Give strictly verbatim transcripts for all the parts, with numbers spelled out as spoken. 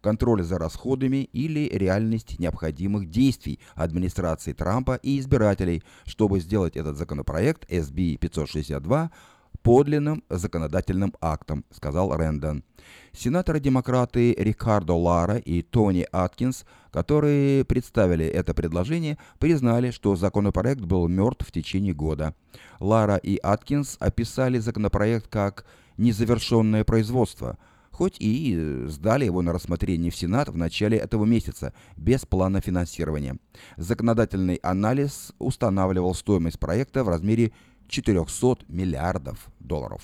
контроль за расходами или реальность необходимых действий администрации Трампа и избирателей, чтобы сделать этот законопроект эс би пятьсот шестьдесят два подлинным законодательным актом, сказал Рэндон. Сенаторы-демократы Рикардо Лара и Тони Аткинс, которые представили это предложение, признали, что законопроект был мертв в течение года. Лара и Аткинс описали законопроект как «незавершенное производство», хоть и сдали его на рассмотрение в Сенат в начале этого месяца, без плана финансирования. Законодательный анализ устанавливал стоимость проекта в размере четыреста миллиардов долларов.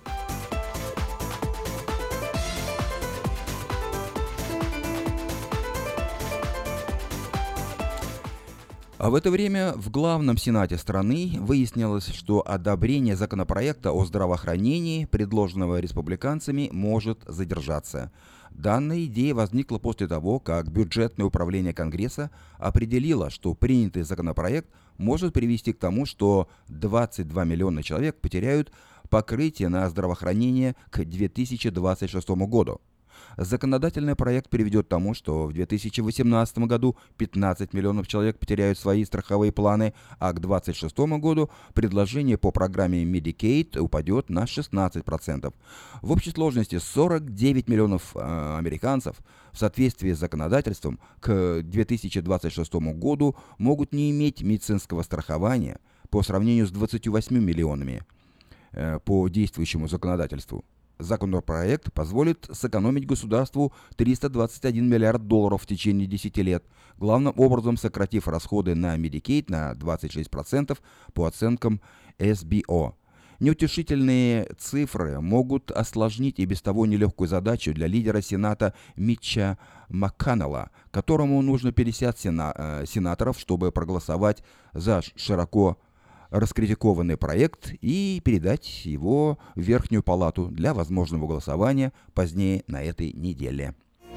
А в это время в главном сенате страны выяснилось, что одобрение законопроекта о здравоохранении, предложенного республиканцами, может задержаться. Данная идея возникла после того, как бюджетное управление Конгресса определило, что принятый законопроект может привести к тому, что двадцать два миллиона человек потеряют покрытие на здравоохранение к две тысячи двадцать шестому году. Законодательный проект приведет к тому, что в две тысячи восемнадцатом году пятнадцать миллионов человек потеряют свои страховые планы, а к две тысячи двадцать шестому году предложение по программе Medicaid упадет на шестнадцать процентов. В общей сложности сорок девять миллионов э, американцев в соответствии с законодательством к две тысячи двадцать шестому году могут не иметь медицинского страхования по сравнению с двадцатью восьмью миллионами э, по действующему законодательству. Законопроект позволит сэкономить государству триста двадцать один миллиард долларов в течение десяти лет, главным образом сократив расходы на Medicaid на двадцать шесть процентов по оценкам эс би о. Неутешительные цифры могут осложнить и без того нелегкую задачу для лидера Сената Митча МакКоннелла, которому нужно пятьдесят сена- э, сенаторов, чтобы проголосовать за широко раскритикованный проект и передать его в Верхнюю палату для возможного голосования позднее на этой неделе.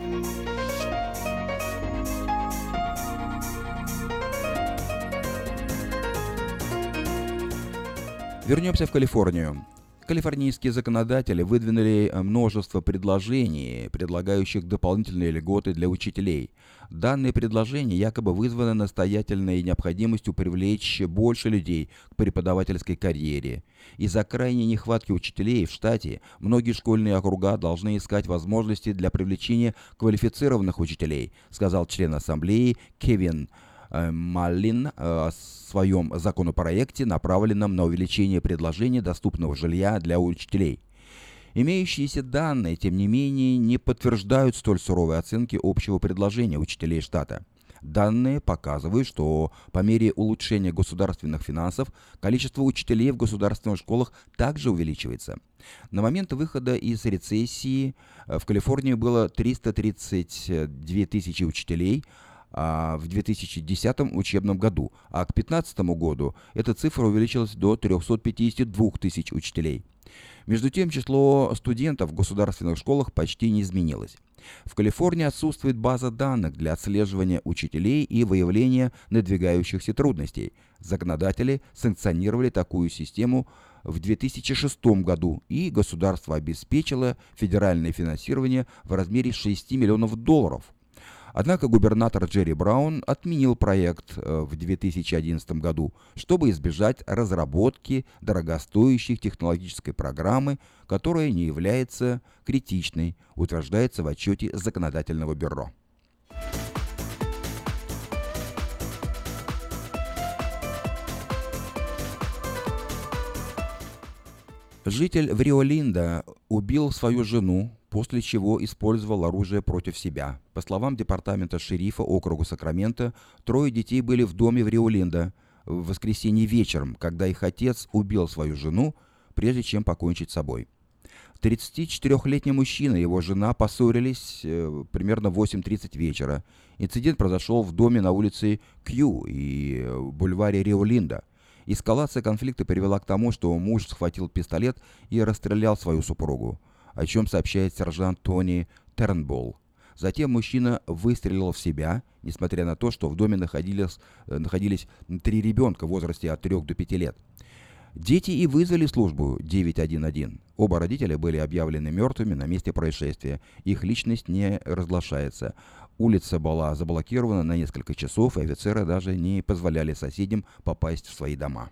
Вернемся в Калифорнию. Калифорнийские законодатели выдвинули множество предложений, предлагающих дополнительные льготы для учителей. Данные предложения якобы вызваны настоятельной необходимостью привлечь больше людей к преподавательской карьере. Из-за крайней нехватки учителей в штате многие школьные округа должны искать возможности для привлечения квалифицированных учителей, сказал член ассамблеи Кевин Маллин о своем законопроекте, направленном на увеличение предложения доступного жилья для учителей. Имеющиеся данные, тем не менее, не подтверждают столь суровой оценки общего предложения учителей штата. Данные показывают, что по мере улучшения государственных финансов количество учителей в государственных школах также увеличивается. На момент выхода из рецессии в Калифорнии было триста тридцать две тысячи учителей, в две тысячи десятом учебном году, а к две тысячи пятнадцатому году эта цифра увеличилась до триста пятьдесят два тысяч учителей. Между тем, число студентов в государственных школах почти не изменилось. В Калифорнии отсутствует база данных для отслеживания учителей и выявления надвигающихся трудностей. Законодатели санкционировали такую систему в две тысячи шестом году, и государство обеспечило федеральное финансирование в размере шести миллионов долларов. Однако губернатор Джерри Браун отменил проект в две тысячи одиннадцатом году, чтобы избежать разработки дорогостоящей технологической программы, которая не является критичной, утверждается в отчете законодательного бюро. Житель в Рио-Линдо убил свою жену, после чего использовал оружие против себя. По словам департамента шерифа округа Сакраменто, трое детей были в доме в Рио-Линдо в воскресенье вечером, когда их отец убил свою жену, прежде чем покончить с собой. тридцатичетырёхлетний мужчина и его жена поссорились э, примерно в восемь тридцать вечера. Инцидент произошел в доме на улице Кью и э, бульваре Рио-Линдо. Эскалация конфликта привела к тому, что муж схватил пистолет и расстрелял свою супругу, о чем сообщает сержант Тони Тернболл. Затем мужчина выстрелил в себя, несмотря на то, что в доме находились, находились три ребенка в возрасте от трёх до пяти лет. Дети и вызвали службу девять один один. Оба родителя были объявлены мертвыми на месте происшествия. Их личность не разглашается. Улица была заблокирована на несколько часов, и офицеры даже не позволяли соседям попасть в свои дома.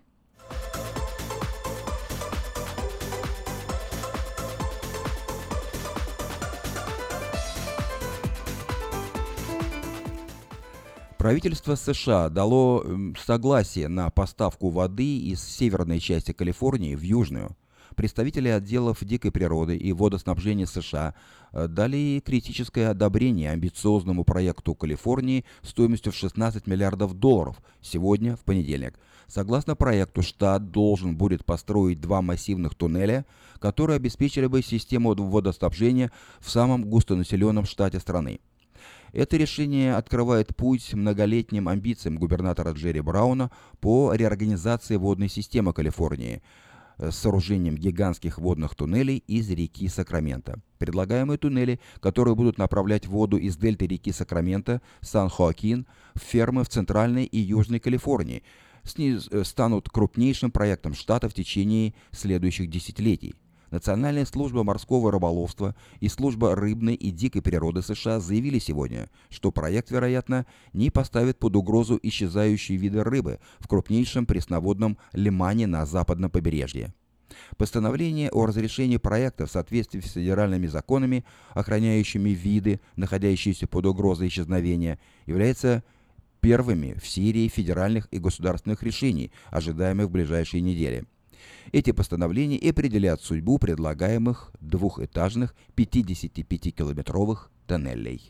Правительство США дало согласие на поставку воды из северной части Калифорнии в южную. Представители отделов дикой природы и водоснабжения США дали критическое одобрение амбициозному проекту Калифорнии стоимостью в шестнадцать миллиардов долларов сегодня, в понедельник. Согласно проекту, штат должен будет построить два массивных туннеля, которые обеспечили бы систему водоснабжения в самом густонаселенном штате страны. Это решение открывает путь многолетним амбициям губернатора Джерри Брауна по реорганизации водной системы Калифорнии с сооружением гигантских водных туннелей из реки Сакраменто. Предлагаемые туннели, которые будут направлять воду из дельты реки Сакраменто, Сан-Хоакин, в фермы в Центральной и Южной Калифорнии, станут крупнейшим проектом штата в течение следующих десятилетий. Национальная служба морского рыболовства и служба рыбной и дикой природы США заявили сегодня, что проект, вероятно, не поставит под угрозу исчезающие виды рыбы в крупнейшем пресноводном лимане на западном побережье. Постановление о разрешении проекта в соответствии с федеральными законами, охраняющими виды, находящиеся под угрозой исчезновения, является первыми в серии федеральных и государственных решений, ожидаемых в ближайшие недели. Эти постановления и определят судьбу предлагаемых двухэтажных пятидесятипятикилометровых тоннелей.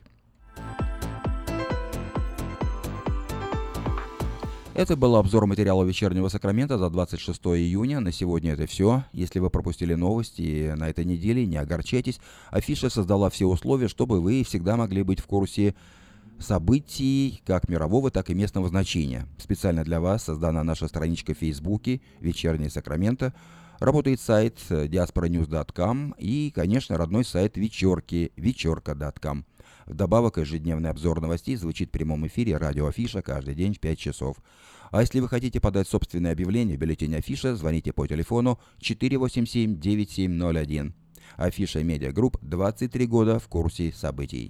Это был обзор материала «Вечернего Сакрамента» за двадцать шестое июня. На сегодня это все. Если вы пропустили новости на этой неделе, не огорчайтесь. Афиша создала все условия, чтобы вы всегда могли быть в курсе событий как мирового, так и местного значения. Специально для вас создана наша страничка в Фейсбуке «Вечерний Сакраменто». Работает сайт диаспора ньюс точка ком и, конечно, родной сайт вечерки вечерка точка ком. Вдобавок, ежедневный обзор новостей звучит в прямом эфире радио Афиша каждый день в пять часов. А если вы хотите подать собственное объявление в бюллетень Афиша, звоните по телефону четыре восемь семь девять семь ноль один. Афиша Медиа Групп, двадцать три года в курсе событий.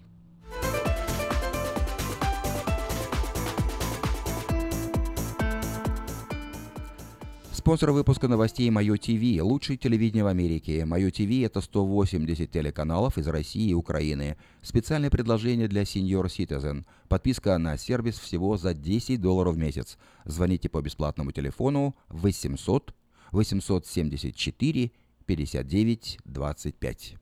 Спонсор выпуска новостей Мое ТВ, лучшее телевидение в Америке. Мое ТВ – это сто восемьдесят телеканалов из России и Украины. Специальное предложение для Senior Citizen. Подписка на сервис всего за десять долларов в месяц. Звоните по бесплатному телефону восемьсот восемьсот семьдесят четыре пятьдесят девять двадцать пять.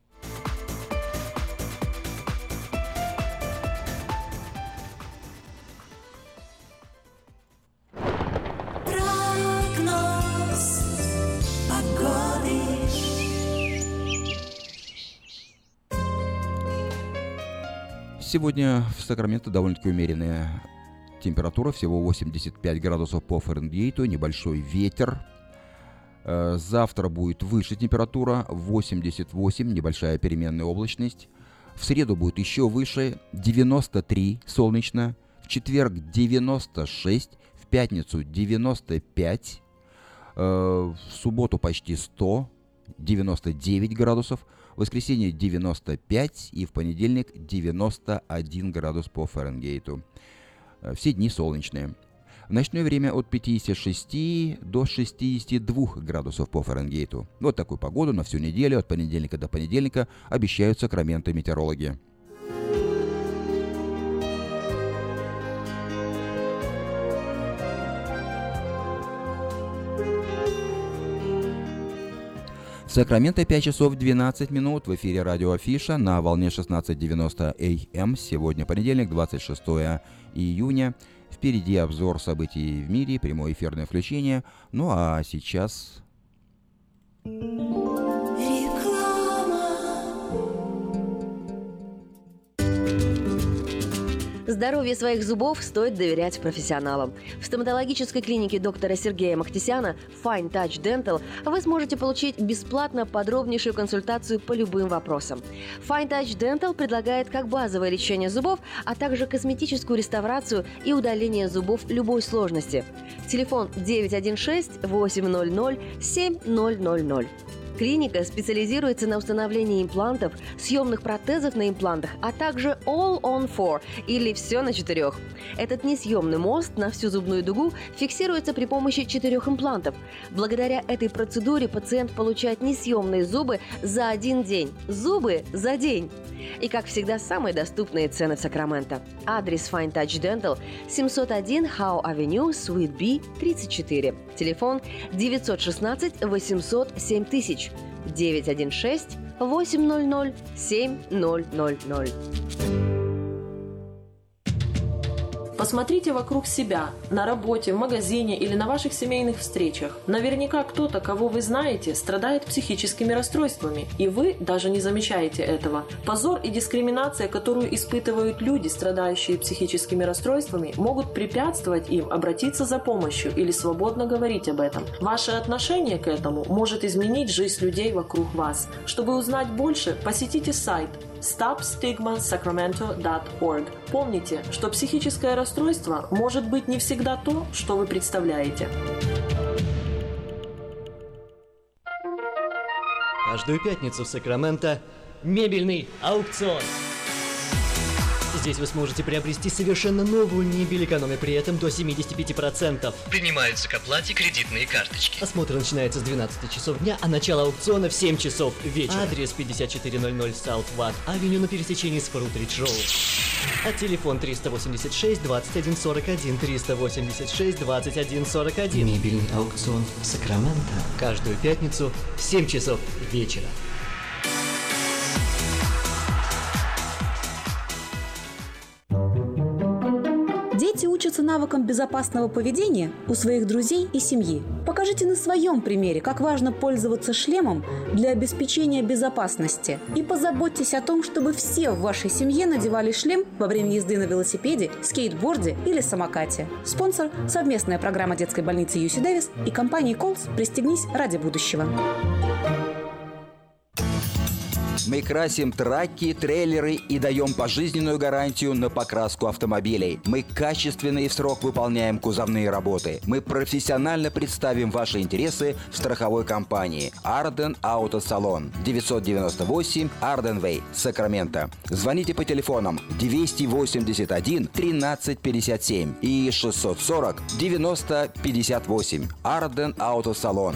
Сегодня в Сакраменто довольно-таки умеренная температура, всего восемьдесят пять градусов по Фаренгейту, небольшой ветер. Завтра будет выше температура, восемьдесят восемь, небольшая переменная облачность. В среду будет еще выше, девяносто три, солнечно. В четверг девяносто шесть, в пятницу девяносто пять, в субботу почти сто, девяносто девять градусов. В воскресенье девяносто пять и в понедельник девяносто один градус по Фаренгейту. Все дни солнечные. В ночное время от пятидесяти шести до шестидесяти двух градусов по Фаренгейту. Вот такую погоду на всю неделю от понедельника до понедельника обещают Сакраменто метеорологи. Сакраменто пять часов двенадцать минут, в эфире радио Афиша на волне шестнадцать девяносто эй эм. Сегодня понедельник, двадцать шестое июня. Впереди обзор событий в мире, прямое эфирное включение. Ну а сейчас... Здоровье своих зубов стоит доверять профессионалам. В стоматологической клинике доктора Сергея Махтисяна Fine Touch Dental вы сможете получить бесплатно подробнейшую консультацию по любым вопросам. Fine Touch Dental предлагает как базовое лечение зубов, а также косметическую реставрацию и удаление зубов любой сложности. Телефон девять один шесть восемь ноль ноль семь ноль ноль ноль. Клиника специализируется на установлении имплантов, съемных протезов на имплантах, а также All on Four или «Все на четырех». Этот несъемный мост на всю зубную дугу фиксируется при помощи четырех имплантов. Благодаря этой процедуре пациент получает несъемные зубы за один день. Зубы за день! И, как всегда, самые доступные цены в Сакраменто. Адрес Fine Touch Dental семьсот один Howe Avenue, Suite B, тридцать четыре. Телефон девять один шесть восемьсот семь тысяч. девять один шесть восемь ноль ноль семь ноль ноль ноль. Посмотрите вокруг себя, на работе, в магазине или на ваших семейных встречах. Наверняка кто-то, кого вы знаете, страдает психическими расстройствами, и вы даже не замечаете этого. Позор и дискриминация, которую испытывают люди, страдающие психическими расстройствами, могут препятствовать им обратиться за помощью или свободно говорить об этом. Ваше отношение к этому может изменить жизнь людей вокруг вас. Чтобы узнать больше, посетите сайт стоп стигма сакраменто точка орг. Помните, что психическое расстройство может быть не всегда то, что вы представляете. Каждую пятницу в Сакраменто мебельный аукцион. Здесь вы сможете приобрести совершенно новую мебель, экономя при этом до семьдесят пять процентов. Принимаются к оплате кредитные карточки. Осмотр начинается с двенадцати часов дня, а начало аукциона в семь часов вечера. Адрес пятьдесят четыре ноль ноль South Watt Avenue на пересечении с Фрутридж Роуд. А телефон триста восемьдесят шесть двадцать один сорок один, триста восемьдесят шесть двадцать один сорок один. Мебельный аукцион Сакраменто. Каждую пятницу в семь часов вечера. Дети учатся навыкам безопасного поведения у своих друзей и семьи. Покажите на своем примере, как важно пользоваться шлемом для обеспечения безопасности. И позаботьтесь о том, чтобы все в вашей семье надевали шлем во время езды на велосипеде, скейтборде или самокате. Спонсор – совместная программа детской больницы ю си Дэвис и компании Колс «Пристегнись ради будущего». Мы красим траки, трейлеры и даем пожизненную гарантию на покраску автомобилей. Мы качественно и в срок выполняем кузовные работы. Мы профессионально представим ваши интересы в страховой компании Arden Auto Salon, девятьсот девяносто восемь Arden Way, Сакраменто. Звоните по телефонам двести восемьдесят один тринадцать пятьдесят семь и шестьсот сорок девяносто пятьдесят восемь. Arden Auto Salon.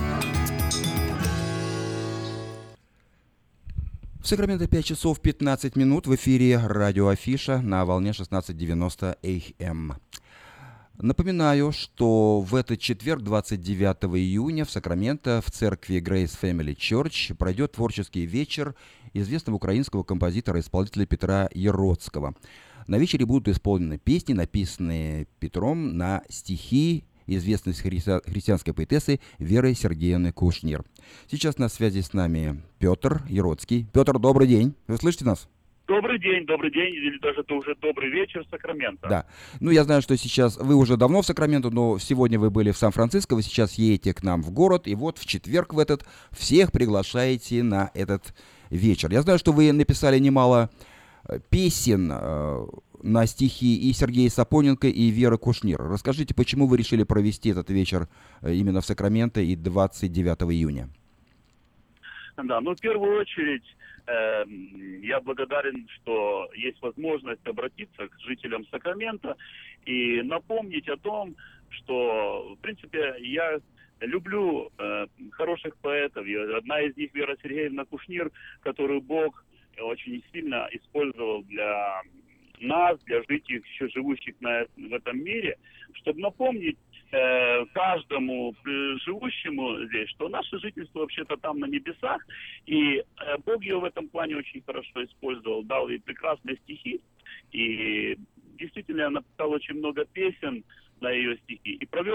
В Сакраменто пять часов пятнадцать минут, в эфире радио Афиша на волне шестнадцать девяносто эй эм. Напоминаю, что в этот четверг, двадцать девятого июня, в Сакраменто в церкви Grace Family Church пройдет творческий вечер известного украинского композитора и исполнителя Петра Яроцкого. На вечере будут исполнены песни, написанные Петром на стихи известной христи- христианской поэтессы Веры Сергеевны Кушнир. Сейчас на связи с нами Петр Яроцкий. Петр, добрый день. Вы слышите нас? Добрый день, добрый день, или даже это уже добрый вечер в Сакраменто. Да. Ну, я знаю, что сейчас вы уже давно в Сакраменто, но сегодня вы были в Сан-Франциско, вы сейчас едете к нам в город, и вот в четверг в этот всех приглашаете на этот вечер. Я знаю, что вы написали немало песен э, на стихи и Сергея Сапоненко, и Веры Кушнир. Расскажите, почему вы решили провести этот вечер именно в Сакраменто и двадцать девятого июня? Да, ну, в первую очередь, э, я благодарен, что есть возможность обратиться к жителям Сакрамента и напомнить о том, что, в принципе, я люблю э, хороших поэтов. И одна из них Вера Сергеевна Кушнир, которую Бог очень сильно использовал для нас, для жителей, еще живущих на, в этом мире, чтобы напомнить э, каждому живущему здесь, что наше жительство вообще-то там на небесах, и э, Бог ее в этом плане очень хорошо использовал, дал ей прекрасные стихи, и действительно я написал очень много песен на ее стихи, и провел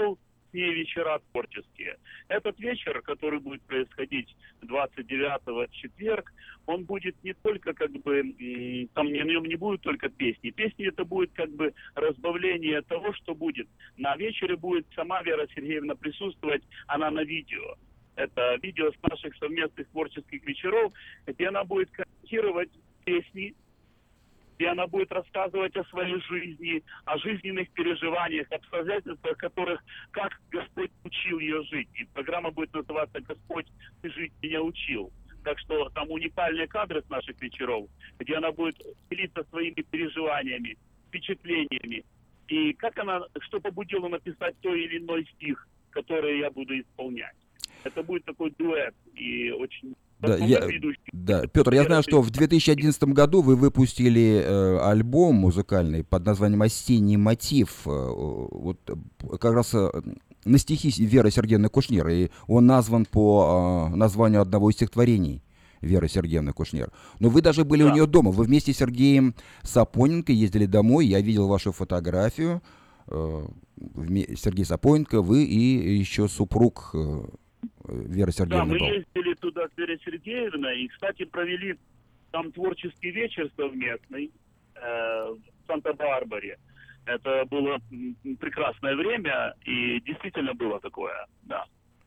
совместные вечера творческие. Этот вечер, который будет происходить двадцать девятого в четверг, он будет не только как бы, там на нем не будут только песни. Песни это будет как бы разбавление того, что будет. На вечере будет сама Вера Сергеевна присутствовать, она на видео. Это видео с наших совместных творческих вечеров, где она будет комментировать песни, где она будет рассказывать о своей жизни, о жизненных переживаниях, обстоятельствах, которых, как Господь учил ее жить. И программа будет называться «Господь, ты жить меня учил». Так что там уникальные кадры с наших вечеров, где она будет делиться своими переживаниями, впечатлениями. И как она, что побудило написать той или иной стих, который я буду исполнять. Это будет такой дуэт и очень... Да, я, да, Петр, я знаю, что в две тысячи одиннадцатом году вы выпустили э, альбом музыкальный под названием «Осенний мотив», э, вот как раз э, на стихи Веры Сергеевны Кушнир, и он назван по э, названию одного из стихотворений Веры Сергеевны Кушнир. Но вы даже были да. у нее дома, вы вместе с Сергеем Сапоненко ездили домой, я видел вашу фотографию, э, Сергей Сапоненко, вы и еще супруг э, Вера Сергеевна. Да, мы был. ездили туда с Верой Сергеевной и, кстати, провели там творческий вечер совместный э, в Санта-Барбаре. Это было прекрасное время, и действительно было такое, да.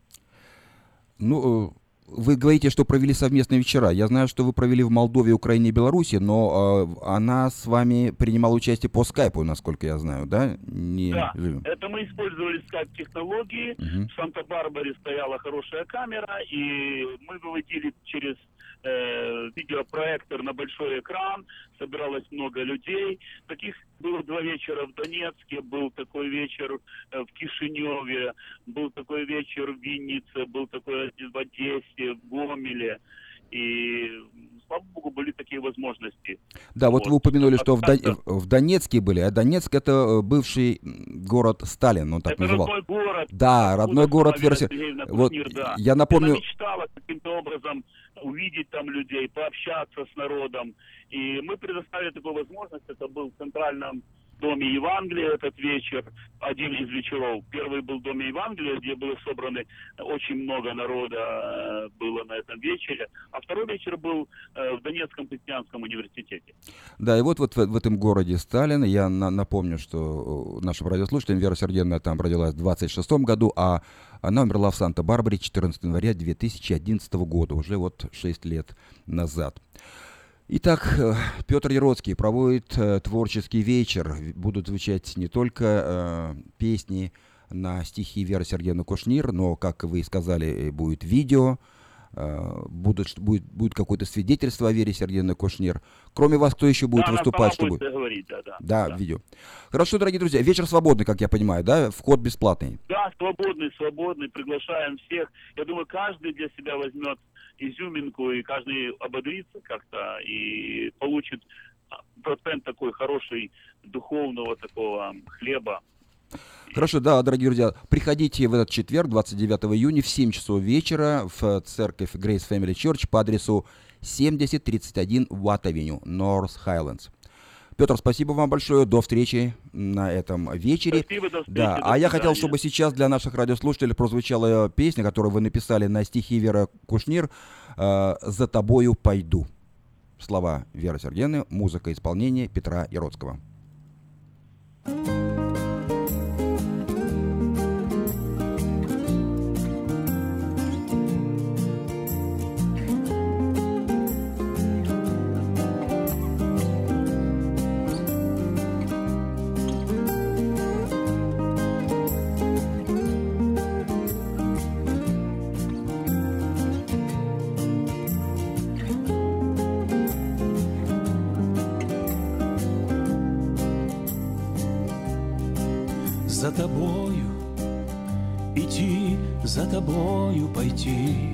Ну, вы говорите, что провели совместные вечера. Я знаю, что вы провели в Молдове, Украине и Беларуси, но э, она с вами принимала участие по скайпу, насколько я знаю, да? Не... Да, это мы использовали скайп-технологии. Угу. В Санта-Барбаре стояла хорошая камера, и мы выводили через э, видеопроектор на большой экран. Собиралось много людей. Таких было два вечера в Донецке, был такой вечер в Кишиневе, был такой вечер в Виннице, был такой в Одессе, в Гомеле. И, слава богу, были такие возможности. Да, вот, вот вы упомянули, что в, Дон... в Донецке были, а Донецк — это бывший город Сталин, он так это называл. родной город. Да, родной город Верси... Вот, да. я напомню... Она мечтала каким-то образом увидеть там людей, пообщаться с народом. И мы предоставили такую возможность. Это был в Центральном доме Евангелия этот вечер, один из вечеров. Первый был в доме Евангелия, где были собраны, очень много народа было на этом вечере. А второй вечер был в Донецком христианском университете. Да, и вот, вот в, в этом городе Сталин, я на, напомню, что нашим радиослушателям Вера Сергеевна там родилась в двадцать шестом году, а она умерла в Санта-Барбаре четырнадцатого января две тысячи одиннадцатого года, уже вот шесть лет назад. Итак, Петр Яроцкий проводит э, творческий вечер. Будут звучать не только э, песни на стихи Веры Сергеевны Кушнир, но, как вы сказали, будет видео, э, будут, будет, будет какое-то свидетельство о Вере Сергеевне Кушнир. Кроме вас, кто еще будет да, выступать? Что будет будет? Говорить, да, да, да, да, видео. Хорошо, дорогие друзья, вечер свободный, как я понимаю, да? Вход бесплатный. Да, свободный, свободный. Приглашаем всех. Я думаю, каждый для себя возьмет изюминку, и каждый ободрится как-то и получит процент такой хороший духовного такого хлеба. Хорошо, да, дорогие друзья, приходите в этот четверг, двадцать девятого июня, в семь часов вечера в церковь Grace Family Church по адресу семьдесят тридцать один Watt-Avenue, North Highlands. Петр, спасибо вам большое. До встречи на этом вечере. Спасибо, до встречи, да, до а я свидания. хотел, чтобы сейчас для наших радиослушателей прозвучала песня, которую вы написали на стихи Веры Кушнир э, «За тобою пойду». Слова Веры Сергеевны, музыка и исполнение Петра Яроцкого. За тобою идти, за тобою пойти.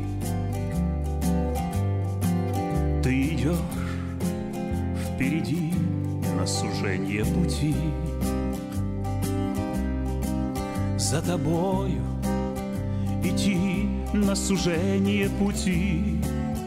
Ты идешь впереди на сужение пути. За тобою идти на сужение пути.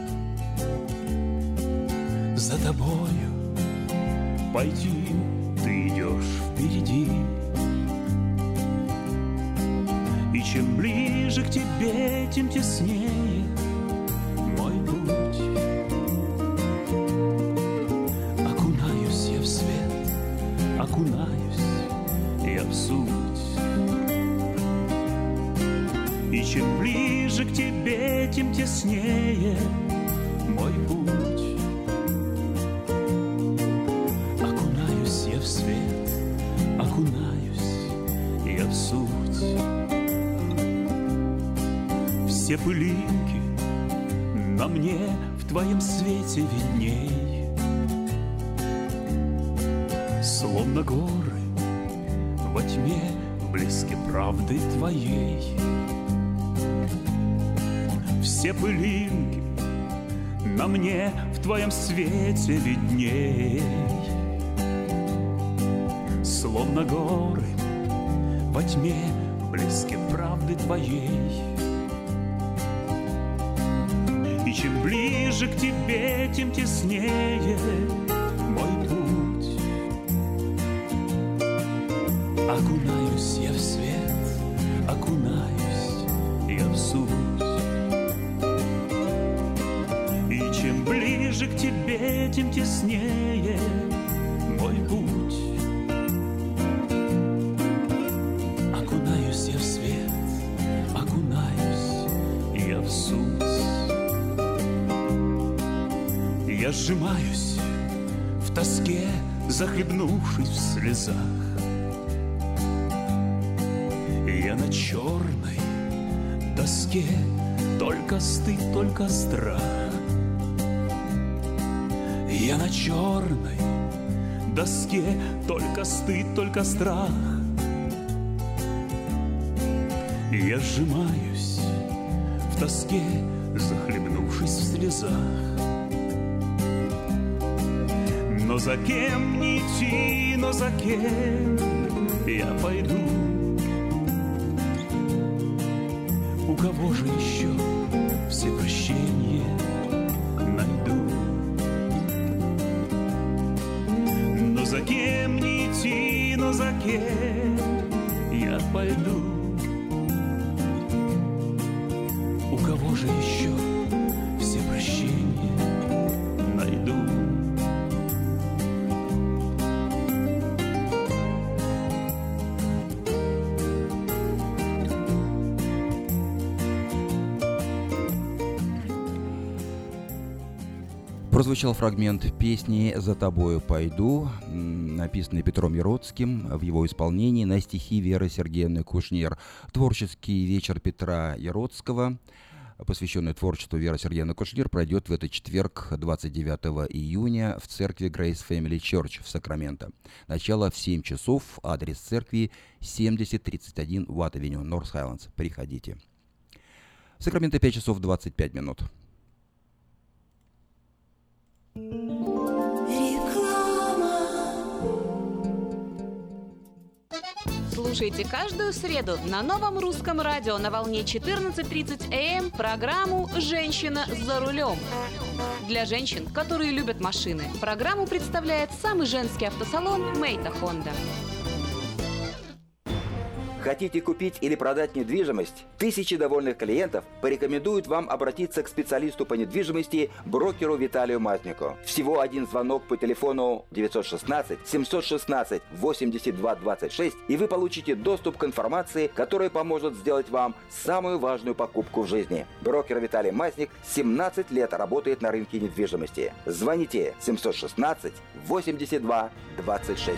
За тобою пойти, ты идешь впереди. чем ближе к тебе, тем теснее мой путь. Окунаюсь я в свет, окунаюсь я в суть. И чем ближе к тебе, тем теснее мой путь. Окунаюсь я в свет, окунаюсь я в суть. Все пылинки на мне в твоем свете видней, словно горы во тьме в блеске правды твоей. Все пылинки на мне в твоем свете видней, словно горы во тьме в блеске правды твоей. И чем ближе к тебе, тем теснее мой путь. Окунаюсь я в свет, окунаюсь я в суть. И чем ближе к тебе, тем теснее мой путь. Окунаюсь я в свет, окунаюсь я в суть. Я сжимаюсь в тоске, захлебнувшись в слезах. Я на черной доске, только стыд, только страх. Я на черной доске, только стыд, только страх. Я сжимаюсь в тоске, захлебнувшись в слезах. Но за кем не идти, но за кем я пойду? У кого же еще все прощения найду? Но за кем не идти, но за кем я пойду? У кого же еще все прощения найду? Прозвучал фрагмент песни «За тобою пойду», написанный Петром Яроцким в его исполнении на стихи Веры Сергеевны Кушнир. Творческий вечер Петра Яроцкого, посвященный творчеству Веры Сергеевны Кушнир, пройдет в этот четверг, двадцать девятого июня, в церкви Grace Family Church в Сакраменто. Начало в семь часов, адрес церкви семьдесят тридцать один Уатт-авеню, Норс Хайлендс. Приходите. В Сакраменто пять часов двадцать пять минут. Слушайте каждую среду на Новом русском радио на волне четырнадцать тридцать эй эм программу «Женщина за рулем». Для женщин, которые любят машины, программу представляет самый женский автосалон «Мейта Хонда». Хотите купить или продать недвижимость? Тысячи довольных клиентов порекомендуют вам обратиться к специалисту по недвижимости, брокеру Виталию Мазнику. Всего один звонок по телефону девятьсот шестнадцать семьсот шестнадцать восемьдесят два двадцать шесть, и вы получите доступ к информации, которая поможет сделать вам самую важную покупку в жизни. Брокер Виталий Мазник семнадцать лет работает на рынке недвижимости. Звоните семьсот шестнадцать восемьдесят два двадцать шесть.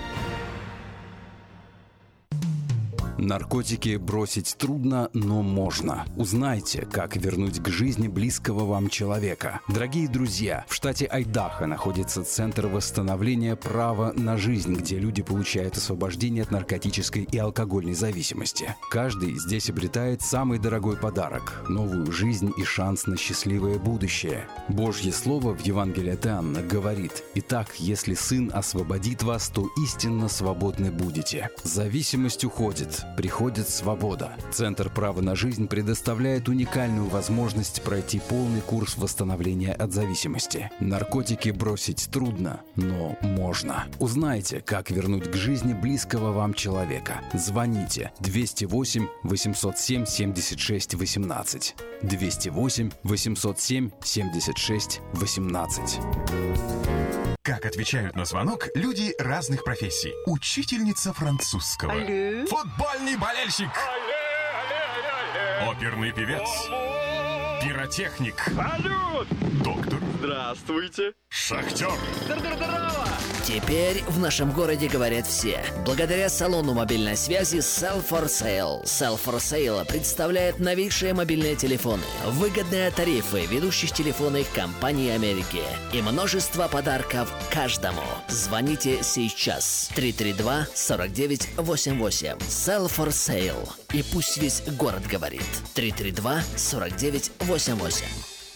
Наркотики бросить трудно, но можно. Узнайте, как вернуть к жизни близкого вам человека. Дорогие друзья, в штате Айдахо находится Центр восстановления права на жизнь, где люди получают освобождение от наркотической и алкогольной зависимости. Каждый здесь обретает самый дорогой подарок – новую жизнь и шанс на счастливое будущее. Божье Слово в Евангелии от Иоанна говорит: «Итак, если Сын освободит вас, то истинно свободны будете». Зависимость уходит. приходит свобода. Центр права на жизнь предоставляет уникальную возможность пройти полный курс восстановления от зависимости. Наркотики бросить трудно, но можно. Узнайте, как вернуть к жизни близкого вам человека. Звоните двести восемь восемьсот семь семьдесят шесть восемнадцать. двести восемь восемьсот семь семьдесят шесть восемнадцать. Как отвечают на звонок люди разных профессий. Учительница французского. Алле. Футбольный болельщик. Алле, алле, алле. Оперный певец. Алло. Пиротехник. Салют. Доктор. Здравствуйте. Шахтер. Здорово. Теперь в нашем городе говорят все. Благодаря салону мобильной связи Sell for Sale. Sell for Sale представляет новейшие мобильные телефоны, выгодные тарифы ведущих телефонных компаний Америки и множество подарков каждому. Звоните сейчас. три три два сорок девять восемьдесят восемь. Sell for Sale. И пусть весь город говорит. три три два сорок девять восемьдесят восемь.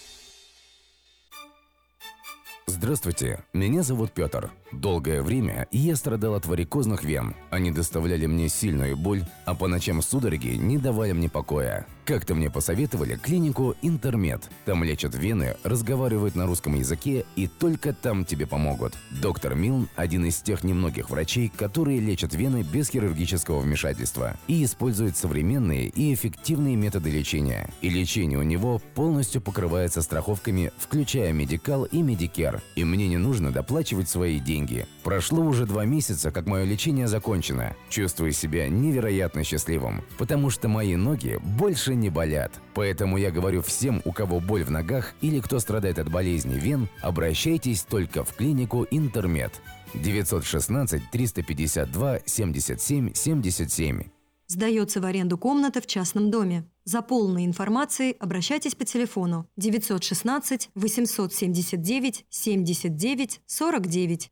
Здравствуйте, меня зовут Петр. Долгое время я страдал от варикозных вен. Они доставляли мне сильную боль, а по ночам судороги не давали мне покоя. Как-то мне посоветовали клинику «Интермед». Там лечат вены, разговаривают на русском языке и только там тебе помогут. Доктор Милн – один из тех немногих врачей, которые лечат вены без хирургического вмешательства и используют современные и эффективные методы лечения. И лечение у него полностью покрывается страховками, включая Медикал и Медикер. И мне не нужно доплачивать свои деньги. Прошло уже два месяца, как мое лечение закончено. Чувствую себя невероятно счастливым, потому что мои ноги больше не болят. Поэтому я говорю всем, у кого боль в ногах или кто страдает от болезни вен, обращайтесь только в клинику Интермед. девятьсот шестнадцать триста пятьдесят два семьдесят семь семьдесят семь. Сдается в аренду комната в частном доме. За полной информацией обращайтесь по телефону девятьсот шестнадцать восемьсот семьдесят девять семьдесят девять сорок девять.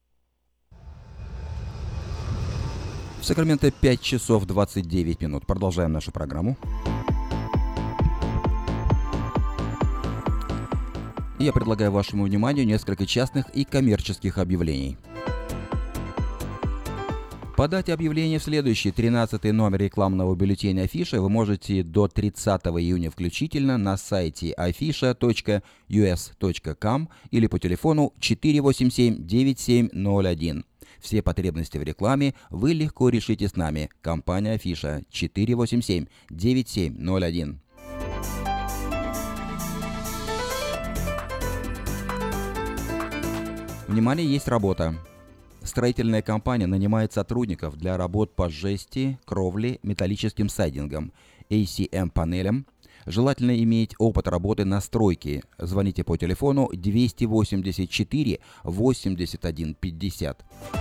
В Сакраменто пять часов двадцать девять минут. Продолжаем нашу программу. Я предлагаю вашему вниманию несколько частных и коммерческих объявлений. Подать объявление в следующий тринадцатый номер рекламного бюллетеня Афиша вы можете до тридцатого июня включительно на сайте афиша точка ю эс точка ком или по телефону четыре восемь семь девять семь ноль один. Все потребности в рекламе вы легко решите с нами. Компания Афиша четыре восемь семь девять семь ноль один. Внимание, есть работа. Строительная компания нанимает сотрудников для работ по жести, кровле, металлическим сайдингам, эй си эм-панелям. Желательно иметь опыт работы на стройке. Звоните по телефону двести восемьдесят четыре восемьдесят один пятьдесят.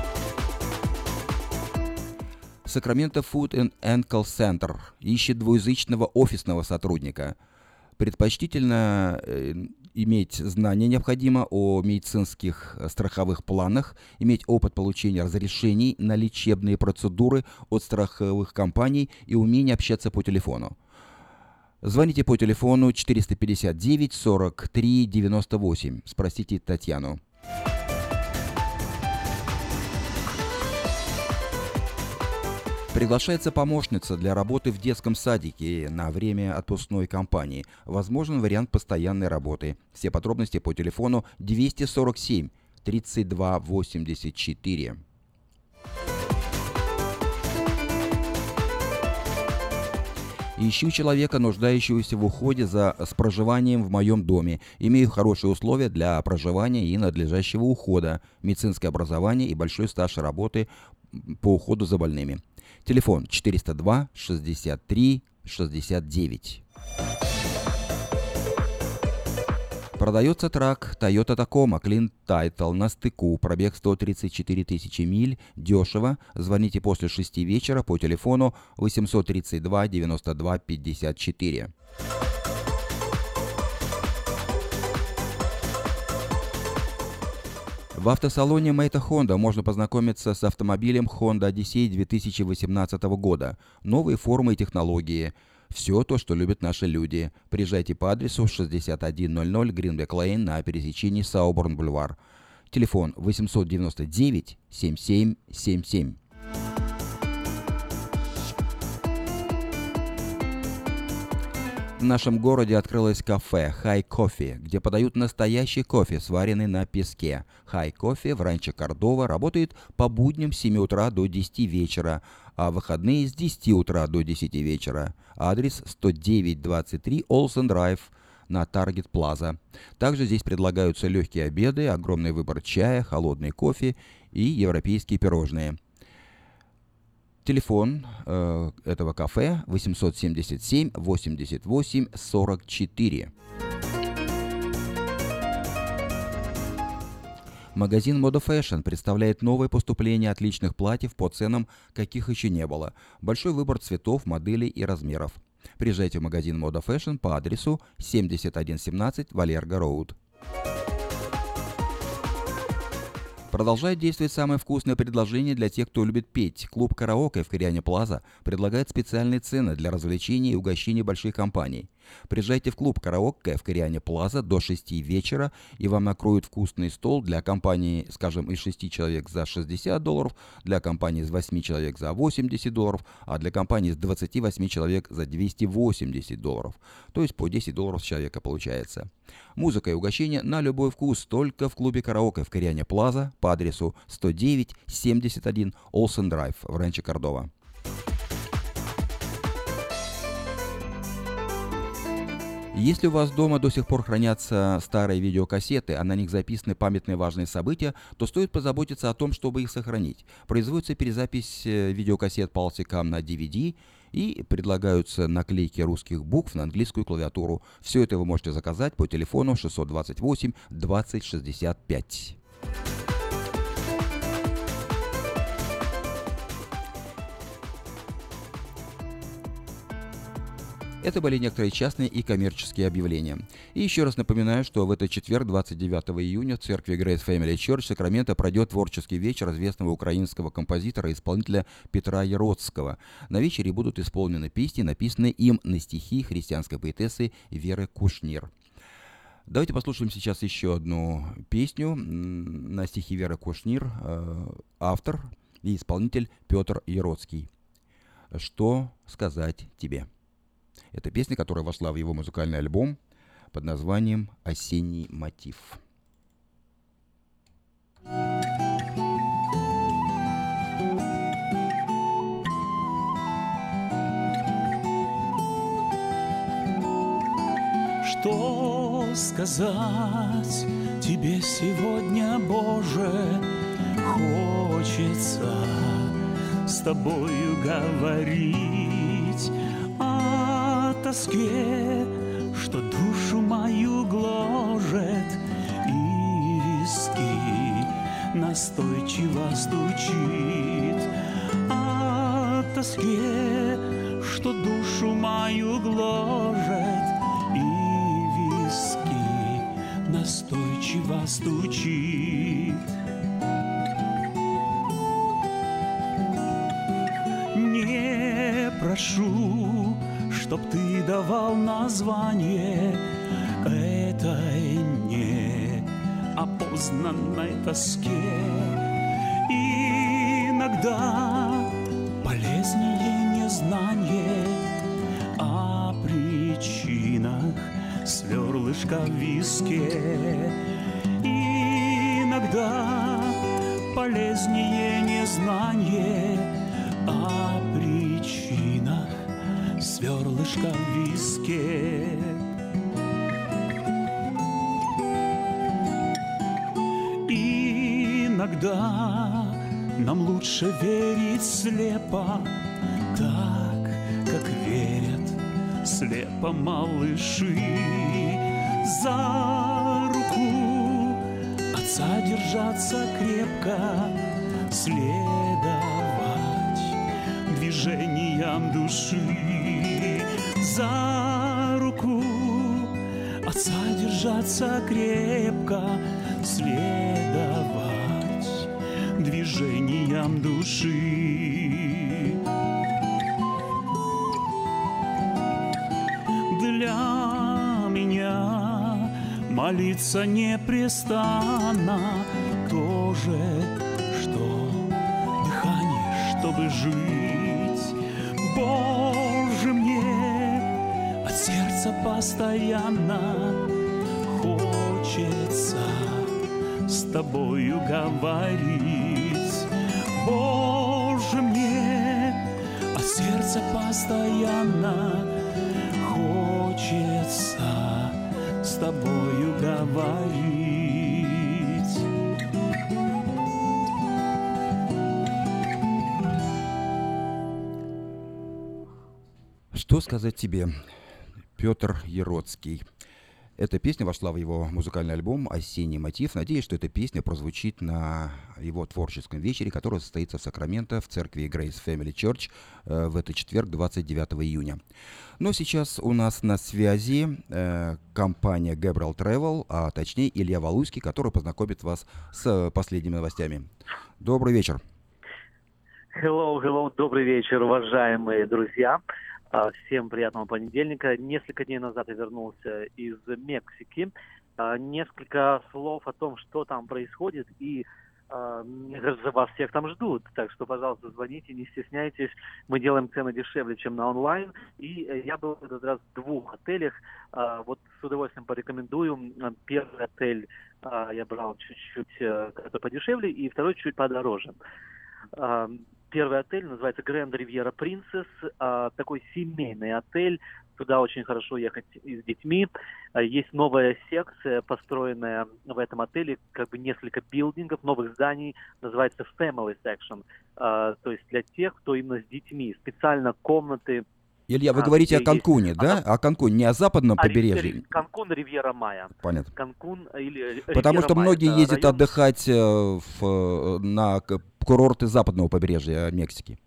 Sacramento Foot and Ankle Center ищет двуязычного офисного сотрудника. Предпочтительно э, иметь знания необходимо о медицинских страховых планах, иметь опыт получения разрешений на лечебные процедуры от страховых компаний и умение общаться по телефону. Звоните по телефону четыреста пятьдесят девять сорок три девяносто восемь. Спросите Татьяну. Приглашается помощница для работы в детском садике на время отпускной кампании. Возможен вариант постоянной работы. Все подробности по телефону двести сорок семь тридцать два восемьдесят четыре. Ищу человека, нуждающегося в уходе за, с проживанием в моем доме. Имею хорошие условия для проживания и надлежащего ухода, медицинское образование и большой стаж работы по уходу за больными. Телефон четыреста два шестьдесят три шестьдесят девять. Продается трак Toyota Tacoma Clean Title на стыку, пробег сто тридцать четыре тысячи миль, дешево. Звоните после шести вечера по телефону восемьсот тридцать два девяносто два пятьдесят четыре. В автосалоне Мэйта Honda можно познакомиться с автомобилем Honda Odyssey две тысячи восемнадцатого года. Новые формы и технологии. Все то, что любят наши люди. Приезжайте по адресу шестьдесят один ноль ноль Гринбек Лейн на пересечении Сауборн-Бульвар. Телефон восемьсот девяносто девять семьдесят семь семьдесят семь. нашем городе открылось кафе High Coffee, где подают настоящий кофе, сваренный на песке. High Coffee в Ранчо Кордова работает по будням с семи утра до десяти вечера, а в выходные с десяти утра до десяти вечера. Адрес сто девять двадцать три Олсен Драйв на Таргет Плаза. Также здесь предлагаются легкие обеды, огромный выбор чая, холодный кофе и европейские пирожные. Телефон э, этого кафе восемьсот семьдесят семь восемьдесят восемь сорок четыре. Магазин Moda Fashion представляет новое поступление отличных платьев по ценам, каких еще не было. Большой выбор цветов, моделей и размеров. Приезжайте в магазин Moda Fashion по адресу семьдесят один семнадцать Валерго Роуд. Продолжает действовать самое вкусное предложение для тех, кто любит петь. Клуб «Караоке» в Кориане Плаза предлагает специальные цены для развлечений и угощений больших компаний. Приезжайте в клуб «Караоке» в Кориане Плаза до шести вечера, и вам накроют вкусный стол для компании, скажем, из шести человек за шестьдесят долларов, для компании из восьми человек за восемьдесят долларов, а для компании из двадцати восьми человек за двести восемьдесят долларов. То есть по десять долларов с человека получается. Музыка и угощения на любой вкус только в клубе «Караоке» в Кориане Плаза по адресу сто девять семьдесят один Олсен Драйв в Ранчо Кордова. Если у вас дома до сих пор хранятся старые видеокассеты, а на них записаны памятные важные события, то стоит позаботиться о том, чтобы их сохранить. Производится перезапись видеокассет по алтикам на ди ви ди и предлагаются наклейки русских букв на английскую клавиатуру. Все это вы можете заказать по телефону шестьсот двадцать восемь двадцать шестьдесят пять. Это были некоторые частные и коммерческие объявления. И еще раз напоминаю, что в этот четверг, двадцать девятого июня, в церкви Grace Family Church Сакраменто пройдет творческий вечер известного украинского композитора и исполнителя Петра Яроцкого. На вечере будут исполнены песни, написанные им на стихи христианской поэтессы Веры Кушнир. Давайте послушаем сейчас еще одну песню на стихи Веры Кушнир, автор и исполнитель Петр Яроцкий. «Что сказать тебе?» Это песня, которая вошла в его музыкальный альбом под названием «Осенний мотив». Что сказать тебе сегодня, Боже, хочется с тобою говорить о тоске, что душу мою гложет, и виски настойчиво стучит. О тоске, что душу мою гложет, и виски настойчиво стучит. Не прошу, чтоб ты давал название этой неопознанной тоске. Иногда полезнее незнание о причинах сверлышка в виске. Иногда полезнее незнание о причинах сверлышка в виске. Иногда нам лучше верить слепо, так, как верят слепо малыши. За руку отца держаться крепко, следовать движениям души. За руку отца держаться крепко, следовать движениям души. Для меня молиться непрестанно то же, что дыхание, чтобы жить. Боже, мне от сердца сердце постоянно хочется с тобою говорить. Боже, мне от сердца постоянно хочется с тобою говорить. Что сказать тебе, Петр Яроцкий? Эта песня вошла в его музыкальный альбом «Осенний мотив». Надеюсь, что эта песня прозвучит на его творческом вечере, который состоится в Сакраменто в церкви Grace Family Church э, в этот четверг, двадцать девятого июня. Но сейчас у нас на связи э, компания Gabriel Travel, а точнее Илья Валуйский, который познакомит вас с последними новостями. Добрый вечер. Hello, hello, добрый вечер, уважаемые друзья. Всем приятного понедельника. Несколько дней назад я вернулся из Мексики. Несколько слов о том, что там происходит, и мне кажется, вас всех там ждут. Так что, пожалуйста, звоните, не стесняйтесь. Мы делаем цены дешевле, чем на онлайн. И я был в этот раз в двух отелях. Вот с удовольствием порекомендую. Первый отель я брал чуть-чуть подешевле, и второй чуть подороже. Первый отель называется Grand Riviera Princess, а, такой семейный отель, туда очень хорошо ехать с детьми. А, есть новая секция, построенная в этом отеле, как бы несколько билдингов, новых зданий, называется Family Section, а, то есть для тех, кто именно с детьми, специально комнаты. Илья, вы а, говорите о Канкуне, есть... да? О Канкуне, не о западном а, побережье. Канкун, Ривьера Майя. Понятно. Канкун или Потому что многие Майя, ездят район... отдыхать в, на курорты западного побережья Мексики.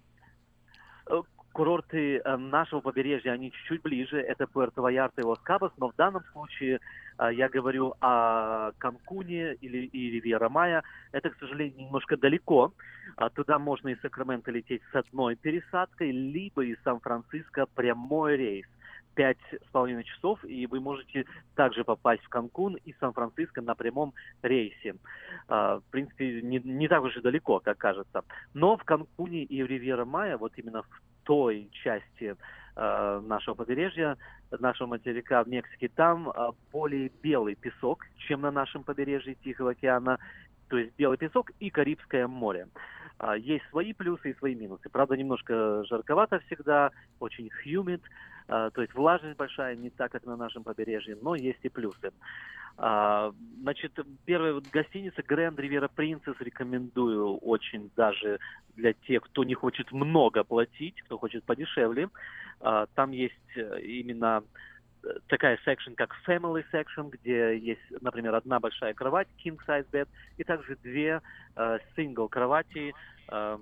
Курорты нашего побережья, они чуть-чуть ближе, это Пуэрто-Вальярта и Лос-Кабос, но в данном случае я говорю о Канкуне или и Ривьера-Майя. Это, к сожалению, немножко далеко. Туда можно из Сакраменто лететь с одной пересадкой, либо из Сан-Франциско прямой рейс. Пять с половиной часов, и вы можете также попасть в Канкун и Сан-Франциско на прямом рейсе. В принципе, не, не так уж и далеко, как кажется. Но в Канкуне и в Ривьера-Майя, вот именно в той части э, нашего побережья, нашего материка в Мексике, там э, более белый песок, чем на нашем побережье Тихого океана, то есть белый песок и Карибское море. Э, есть свои плюсы и свои минусы. Правда, немножко жарковато всегда, очень humid, э, то есть влажность большая, не так, как на нашем побережье, но есть и плюсы. Uh, значит, первая вот гостиница Grand Riviera Princess рекомендую очень даже для тех, кто не хочет много платить, кто хочет подешевле. Uh, там есть именно такая section, как Family Section, где есть, например, одна большая кровать, king size bed, и также две uh, single кровати uh,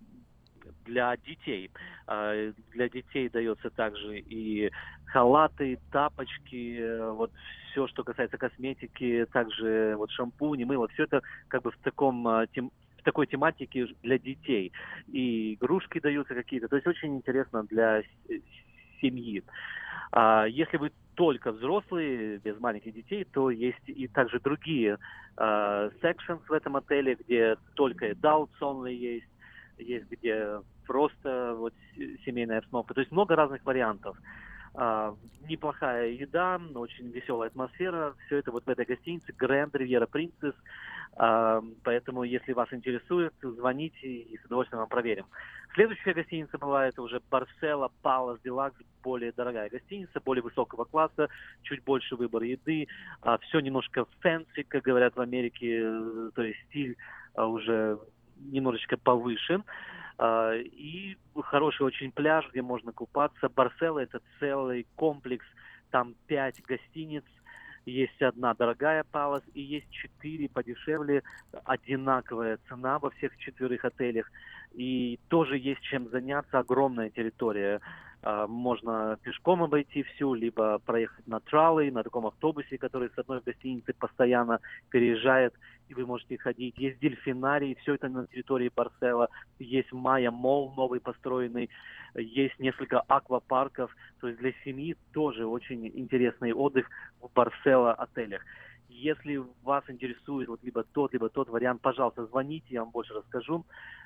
для детей. Uh, для детей дается также и халаты, тапочки, вот все, что касается косметики, также вот шампуни, мыло, все это как бы в таком тем, в такой тематике для детей. И игрушки даются какие-то, то есть очень интересно для семьи. А если вы только взрослые, без маленьких детей, то есть и также другие uh, sections в этом отеле, где только adults only есть, есть где просто вот семейная обстановка. То есть много разных вариантов. Uh, неплохая еда, очень веселая атмосфера. Все это вот в этой гостинице Grand Riviera Princess. Uh, поэтому, если вас интересует, звоните и с удовольствием вам проверим. Следующая гостиница была, это уже Barcella Palace Deluxe, более дорогая гостиница, более высокого класса, чуть больше выбора еды. Uh, все немножко fancy, как говорят в Америке, то есть стиль uh, уже немножечко повыше. Uh, и хороший очень пляж, где можно купаться. Барселла — это целый комплекс, там пять гостиниц, есть одна дорогая Палас и есть четыре подешевле, одинаковая цена во всех четверых отелях. И тоже есть чем заняться, огромная территория. Uh, можно пешком обойти всю, либо проехать на троллей, на таком автобусе, который с одной гостиницы постоянно переезжает, и вы можете ходить. Есть дельфинарий, все это на территории Барселла. Есть Майя Молл новый построенный, есть несколько аквапарков. То есть для семьи тоже очень интересный отдых в Барселла отелях. Если вас интересует вот либо тот, либо тот вариант, пожалуйста, звоните, я вам больше расскажу.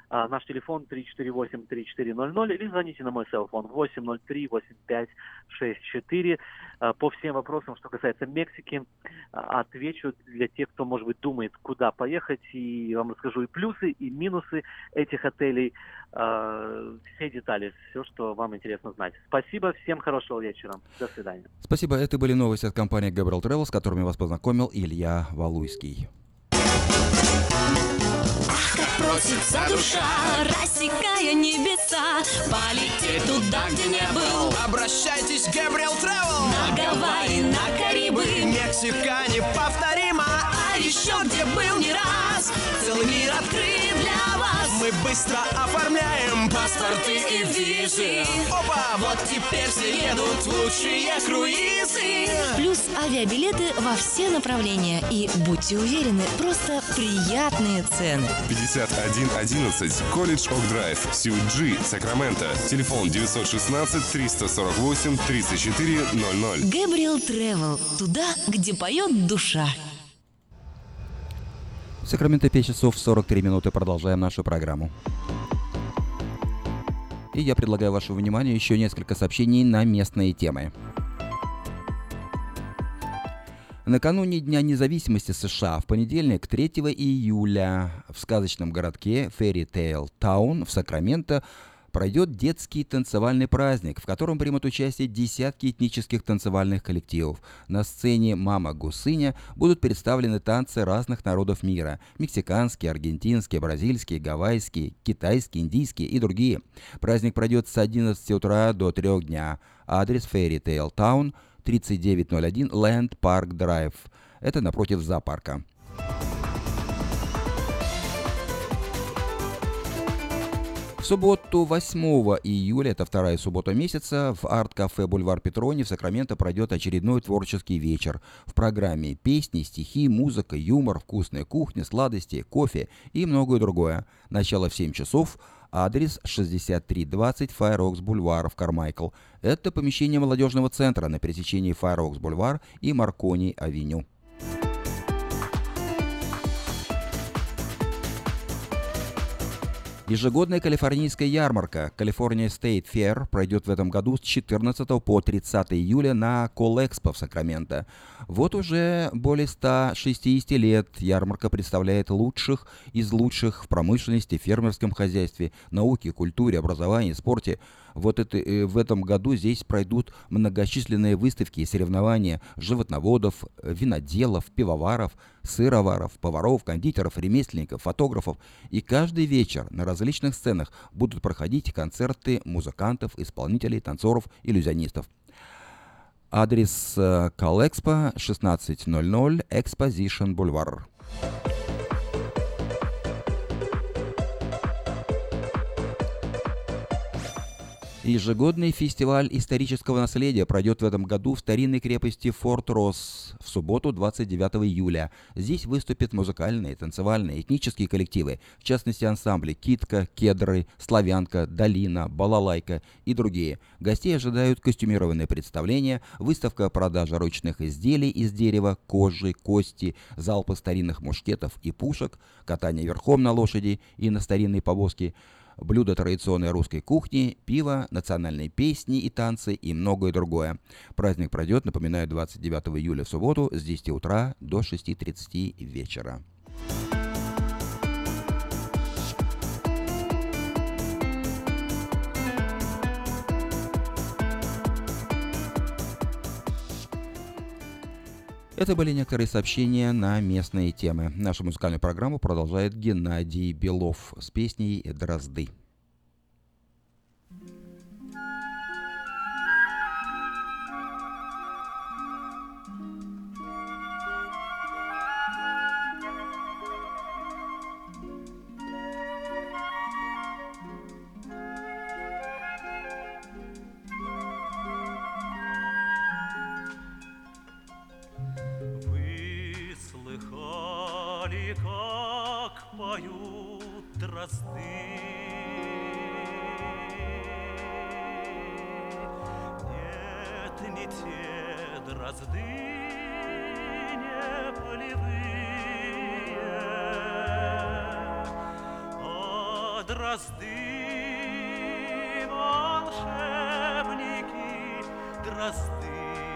А, наш телефон три четыре восемь три четыре ноль ноль или звоните на мой селфон восемь ноль три восемь пять шесть четыре. А, по всем вопросам, что касается Мексики, а, отвечу для тех, кто, может быть, думает, куда поехать, и вам расскажу и плюсы, и минусы этих отелей, а, все детали, все, что вам интересно знать. Спасибо, всем хорошего вечера. До свидания. Спасибо. Это были новости от компании Gabriel Travel, с которыми вас познакомил Илья Валуйский. Просится душа, рассекая небеса, полететь туда, где не был. Обращайтесь в Gabriel Travel. На Гавайи, на Карибы, Мексика неповторима. А еще где был не раз, целый мир открыт для вас. Мы быстро оформляем паспорты и визы. Опа! Вот теперь все едут в лучшие круизы. Плюс авиабилеты во все направления. И будьте уверены, просто приятные цены. пятьдесят один одиннадцать Колледж Ок Драйв, Сьют Джи, Сакраменто. Телефон девятьсот шестнадцать триста сорок восемь тридцать четыре ноль ноль. Gabriel Travel. Туда, где поет душа. В Сакраменто пять часов сорок три минуты. Продолжаем нашу программу. И я предлагаю вашему вниманию еще несколько сообщений на местные темы. Накануне Дня независимости США в понедельник, третьего июля, в сказочном городке Fairy Tale Town в Сакраменто пройдет детский танцевальный праздник, в котором примут участие десятки этнических танцевальных коллективов. На сцене «Мама Гусыня» будут представлены танцы разных народов мира – мексиканские, аргентинские, бразильские, гавайские, китайские, индийские и другие. Праздник пройдет с одиннадцати утра до трёх дня. Адрес Fairy Tale Town, тридцать девять ноль один Land Park Drive. Это напротив зоопарка. В субботу восьмого июля, это вторая суббота месяца, в арт-кафе «Бульвар Петрони» в Сакраменто пройдет очередной творческий вечер. В программе песни, стихи, музыка, юмор, вкусная кухня, сладости, кофе и многое другое. Начало в семь часов. Адрес шестьдесят три двадцать Fair Oaks Бульвар в Кармайкл. Это помещение молодежного центра на пересечении Fair Oaks Бульвар и Маркони-авеню. Ежегодная калифорнийская ярмарка California State Fair пройдет в этом году с четырнадцатого по тридцатое июля на Колэкспо в Сакраменто. Вот уже более ста шестидесяти лет ярмарка представляет лучших из лучших в промышленности, фермерском хозяйстве, науке, культуре, образовании, спорте. Вот это, в этом году здесь пройдут многочисленные выставки и соревнования животноводов, виноделов, пивоваров, сыроваров, поваров, кондитеров, ремесленников, фотографов. И каждый вечер на различных сценах будут проходить концерты музыкантов, исполнителей, танцоров, иллюзионистов. Адрес Колэкспо шестнадцать ноль ноль Exposition Boulevard. Ежегодный фестиваль исторического наследия пройдет в этом году в старинной крепости Форт Росс в субботу двадцать девятого июля. Здесь выступят музыкальные, танцевальные, этнические коллективы, в частности ансамбли «Китка», «Кедры», «Славянка», «Долина», «Балалайка» и другие. Гостей ожидают костюмированные представления, выставка продажи ручных изделий из дерева, кожи, кости, залпы старинных мушкетов и пушек, катание верхом на лошади и на старинной повозке, блюда традиционной русской кухни, пиво, национальные песни и танцы и многое другое. Праздник пройдет, напоминаю, двадцать девятого июля в субботу с десяти утра до шести тридцати вечера. Это были некоторые сообщения на местные темы. Нашу музыкальную программу продолжает Геннадий Белов с песней «Дрозды». дрозды, волшебники, дрозды.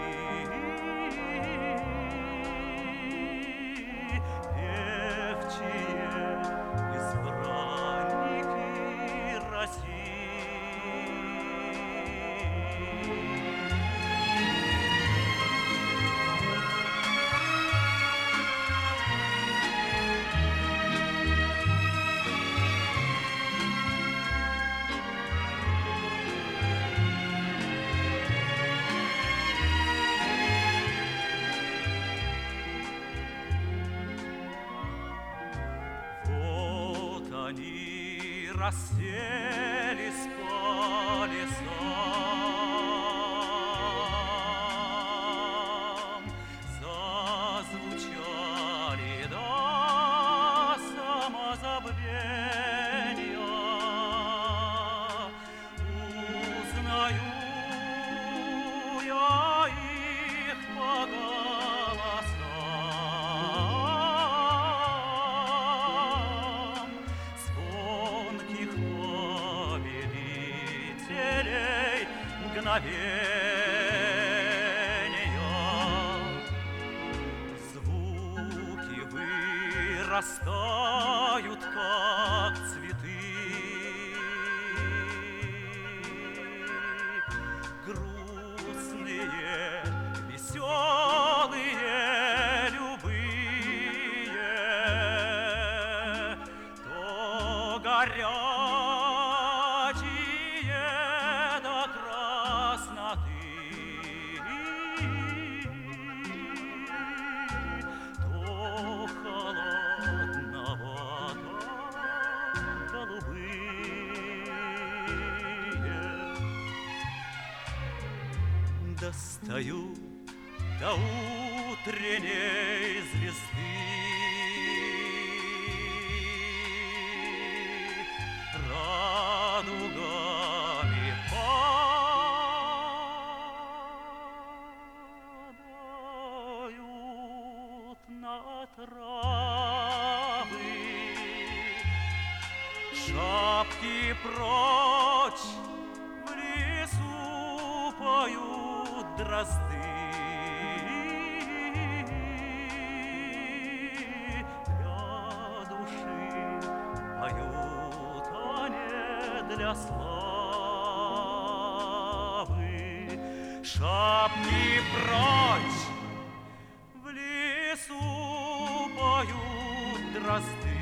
Расселись по лесам, зазвучали до самозабвения. Узнаю я их по голосам, звонких повелителей мгновения. Звуки вырастают, как цветы, грустные, веселые, любые, то горячие до красноты, то холодновато голубые. Достаю до утренней звезды, радугами падают на травы, шапки прочь в лесу поют дрозды. Для души поют, а не для славы. Шапки прочь в лесу поют дрозды.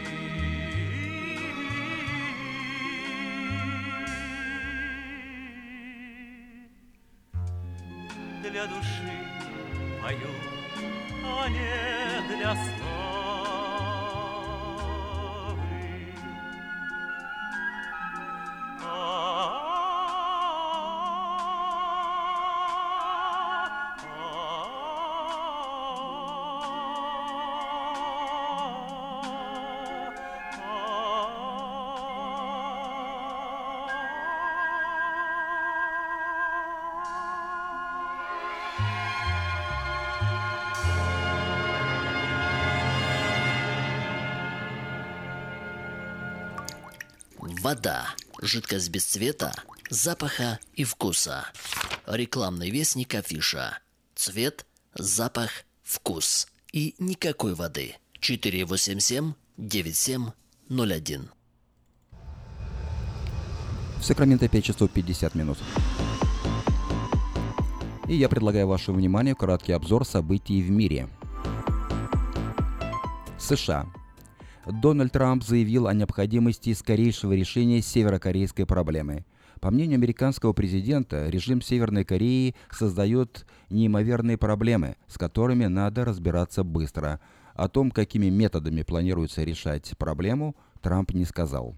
Для души поют, а не для славы. Вода. Жидкость без цвета, запаха и вкуса. Рекламный вестник афиша. Цвет, запах, вкус. И никакой воды. четыре восемь семь девять семь ноль один. В Сакраменто пять часов пятьдесят минут. И я предлагаю вашему вниманию краткий обзор событий в мире. США. Дональд Трамп заявил о необходимости скорейшего решения северокорейской проблемы. По мнению американского президента, режим Северной Кореи создает неимоверные проблемы, с которыми надо разбираться быстро. О том, какими методами планируется решать проблему, Трамп не сказал.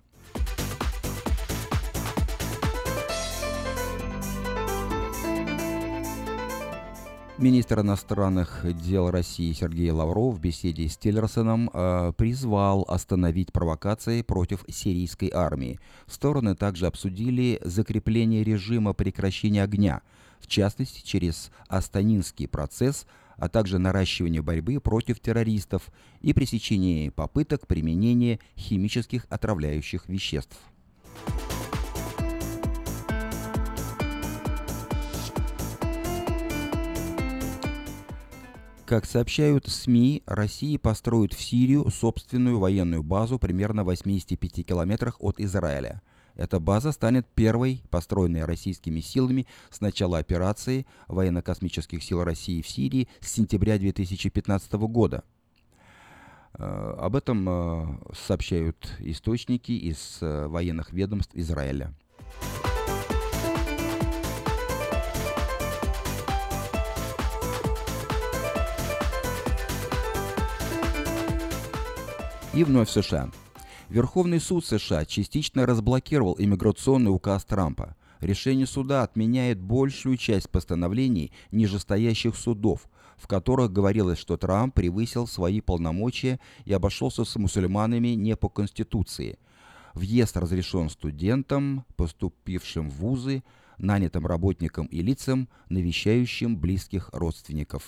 Министр иностранных дел России Сергей Лавров в беседе с Тиллерсоном э, призвал остановить провокации против сирийской армии. Стороны также обсудили закрепление режима прекращения огня, в частности через Астанинский процесс, а также наращивание борьбы против террористов и пресечение попыток применения химических отравляющих веществ. Как сообщают СМИ, Россия построит в Сирию собственную военную базу примерно в восьмидесяти пяти километрах от Израиля. Эта база станет первой, построенной российскими силами с начала операции военно-космических сил России в Сирии с сентября две тысячи пятнадцатого года. Об этом сообщают источники из военных ведомств Израиля. И вновь в США. Верховный суд США частично разблокировал иммиграционный указ Трампа. Решение суда отменяет большую часть постановлений нижестоящих судов, в которых говорилось, что Трамп превысил свои полномочия и обошелся с мусульманами не по Конституции. Въезд разрешен студентам, поступившим в вузы, нанятым работникам и лицам, навещающим близких родственников.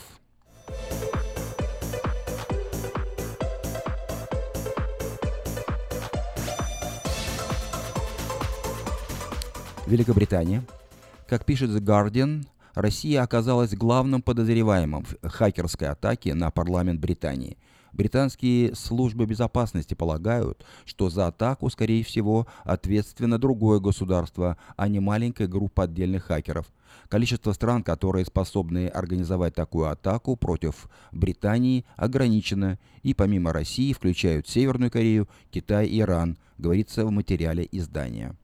Великобритания. Как пишет The Guardian, Россия оказалась главным подозреваемым в хакерской атаке на парламент Британии. Британские службы безопасности полагают, что за атаку, скорее всего, ответственно другое государство, а не маленькая группа отдельных хакеров. Количество стран, которые способны организовать такую атаку против Британии, ограничено, и помимо России включают Северную Корею, Китай и Иран, говорится в материале издания.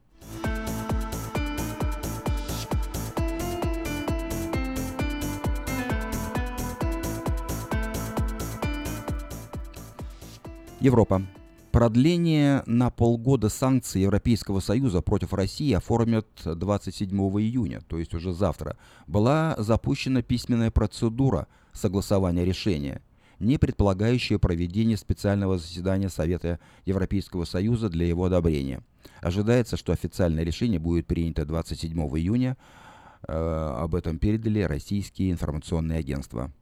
Европа. Продление на полгода санкций Европейского Союза против России оформят двадцать седьмого июня, то есть уже завтра. Была запущена письменная процедура согласования решения, не предполагающая проведение специального заседания Совета Европейского Союза для его одобрения. Ожидается, что официальное решение будет принято двадцать седьмого июня. Э, об этом передали российские информационные агентства.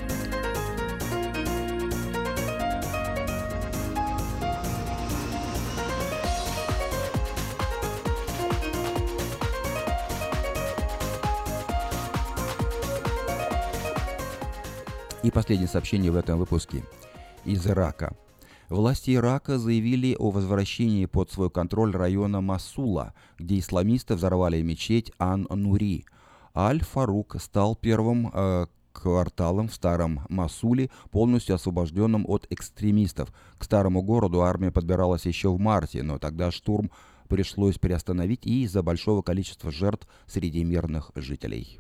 И последнее сообщение в этом выпуске из Ирака. Власти Ирака заявили о возвращении под свой контроль района Мосула, где исламисты взорвали мечеть Ан-Нури. Аль-Фарук стал первым э, кварталом в старом Мосуле, полностью освобожденным от экстремистов. К старому городу армия подбиралась еще в марте, но тогда штурм пришлось приостановить и из-за большого количества жертв среди мирных жителей.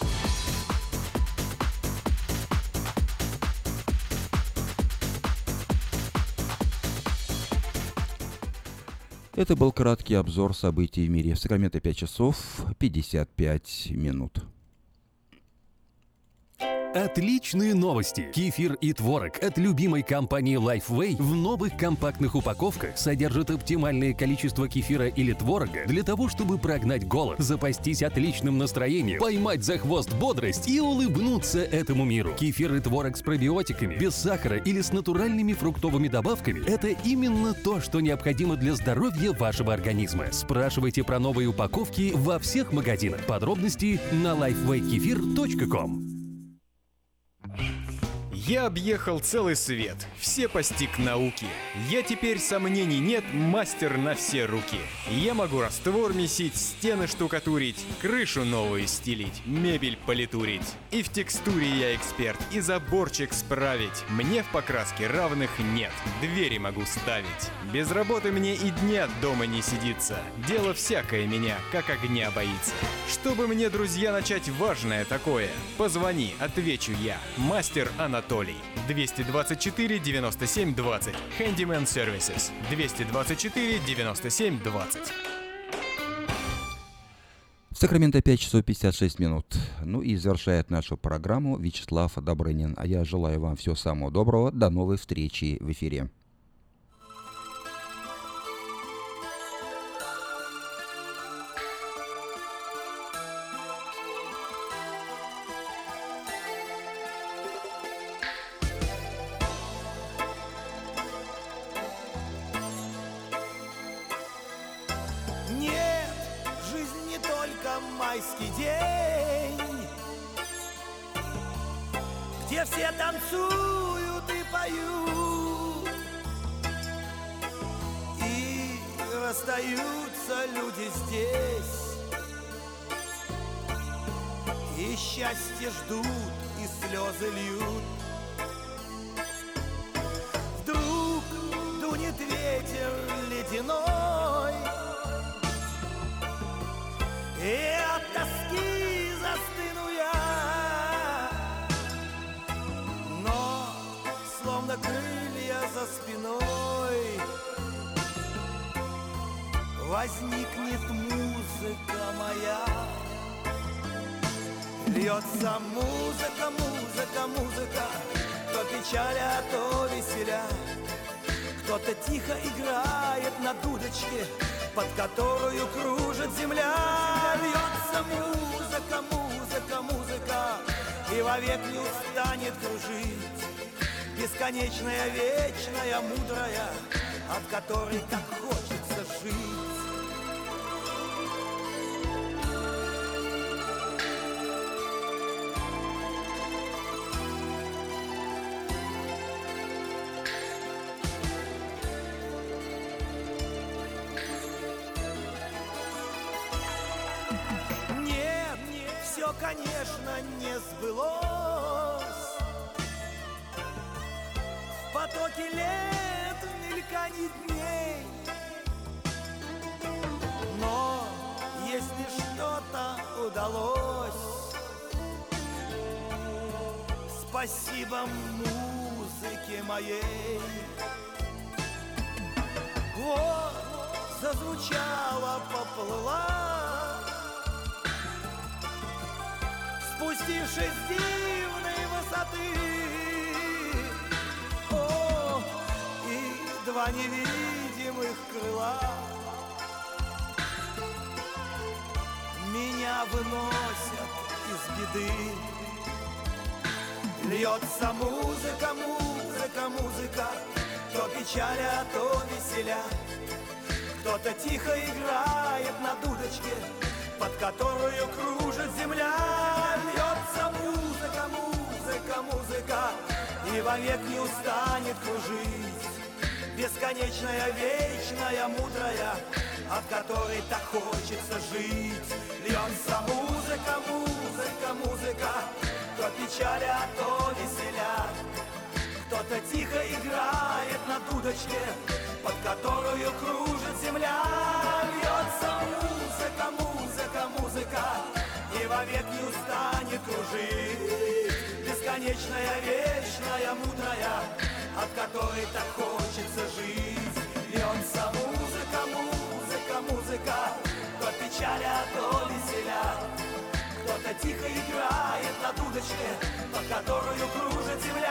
Это был краткий обзор событий в мире. В Сакраменто пять часов пятьдесят пять минут. Отличные новости! Кефир и творог от любимой компании Lifeway в новых компактных упаковках содержат оптимальное количество кефира или творога для того, чтобы прогнать голод, запастись отличным настроением, поймать за хвост бодрость и улыбнуться этому миру. Кефир и творог с пробиотиками, без сахара или с натуральными фруктовыми добавками – это именно то, что необходимо для здоровья вашего организма. Спрашивайте про новые упаковки во всех магазинах. Подробности на лайфвей кефир точка ком. Я объехал целый свет, все постиг науки. Я теперь, сомнений нет, мастер на все руки. Я могу раствор месить, стены штукатурить, крышу новую стелить, мебель политурить. И в текстуре я эксперт, и заборчик справить. Мне в покраске равных нет, двери могу ставить. Без работы мне и дня дома не сидится. Дело всякое меня, как огня боится. Чтобы мне, друзья, начать важное такое, позвони, отвечу я. Мастер Анатолий. двести двадцать четыре девяносто семь двадцать. Handyman Services. двести двадцать четыре девяносто семь двадцать. В Сакраменто пять часов пятьдесят шесть минут. Ну и завершает нашу программу Вячеслав Добрынин. А я желаю вам всего самого доброго. До новой встречи в эфире. музыка, майский день, где все танцуют и поют, и расстаются люди здесь, и счастье ждут, и слезы льют. Вдруг дунет ветер ледяной, и от тоски застыну я, но словно крылья за спиной возникнет музыка моя. Льется музыка, музыка, музыка, то печаля, то веселя. Кто-то тихо играет на дудочке, под которую кружит земля. Льется музыка, музыка, музыка, и вовек не устанет кружить. Бесконечная, вечная, мудрая, от которой так хочется жить. Все, конечно, не сбылось. В потоке лет, в мельканье дней. Но если что-то удалось, спасибо музыке моей. Вот зазвучала, поплыла, спустившись с дивной высоты. О, и два невидимых крыла меня выносят из беды. Льется музыка, музыка, музыка, то печаля, то веселя. Кто-то тихо играет на дудочке, под которую кружит земля. Льется музыка, музыка, музыка, и вовек не устанет кружить. Бесконечная, вечная, мудрая, от которой так хочется жить. Льется музыка, музыка, музыка, то печаля, то веселя. Кто-то тихо играет на дудочке, под которую кружит земля. Льется музыка, музыка, музыка, и вовек не устанет кружить. Бесконечная, вечная, мудрая, от которой так хочется жить. Льется музыка, музыка, музыка, то печаля, то веселя. Кто-то тихо играет на дудочке, под которую кружит земля.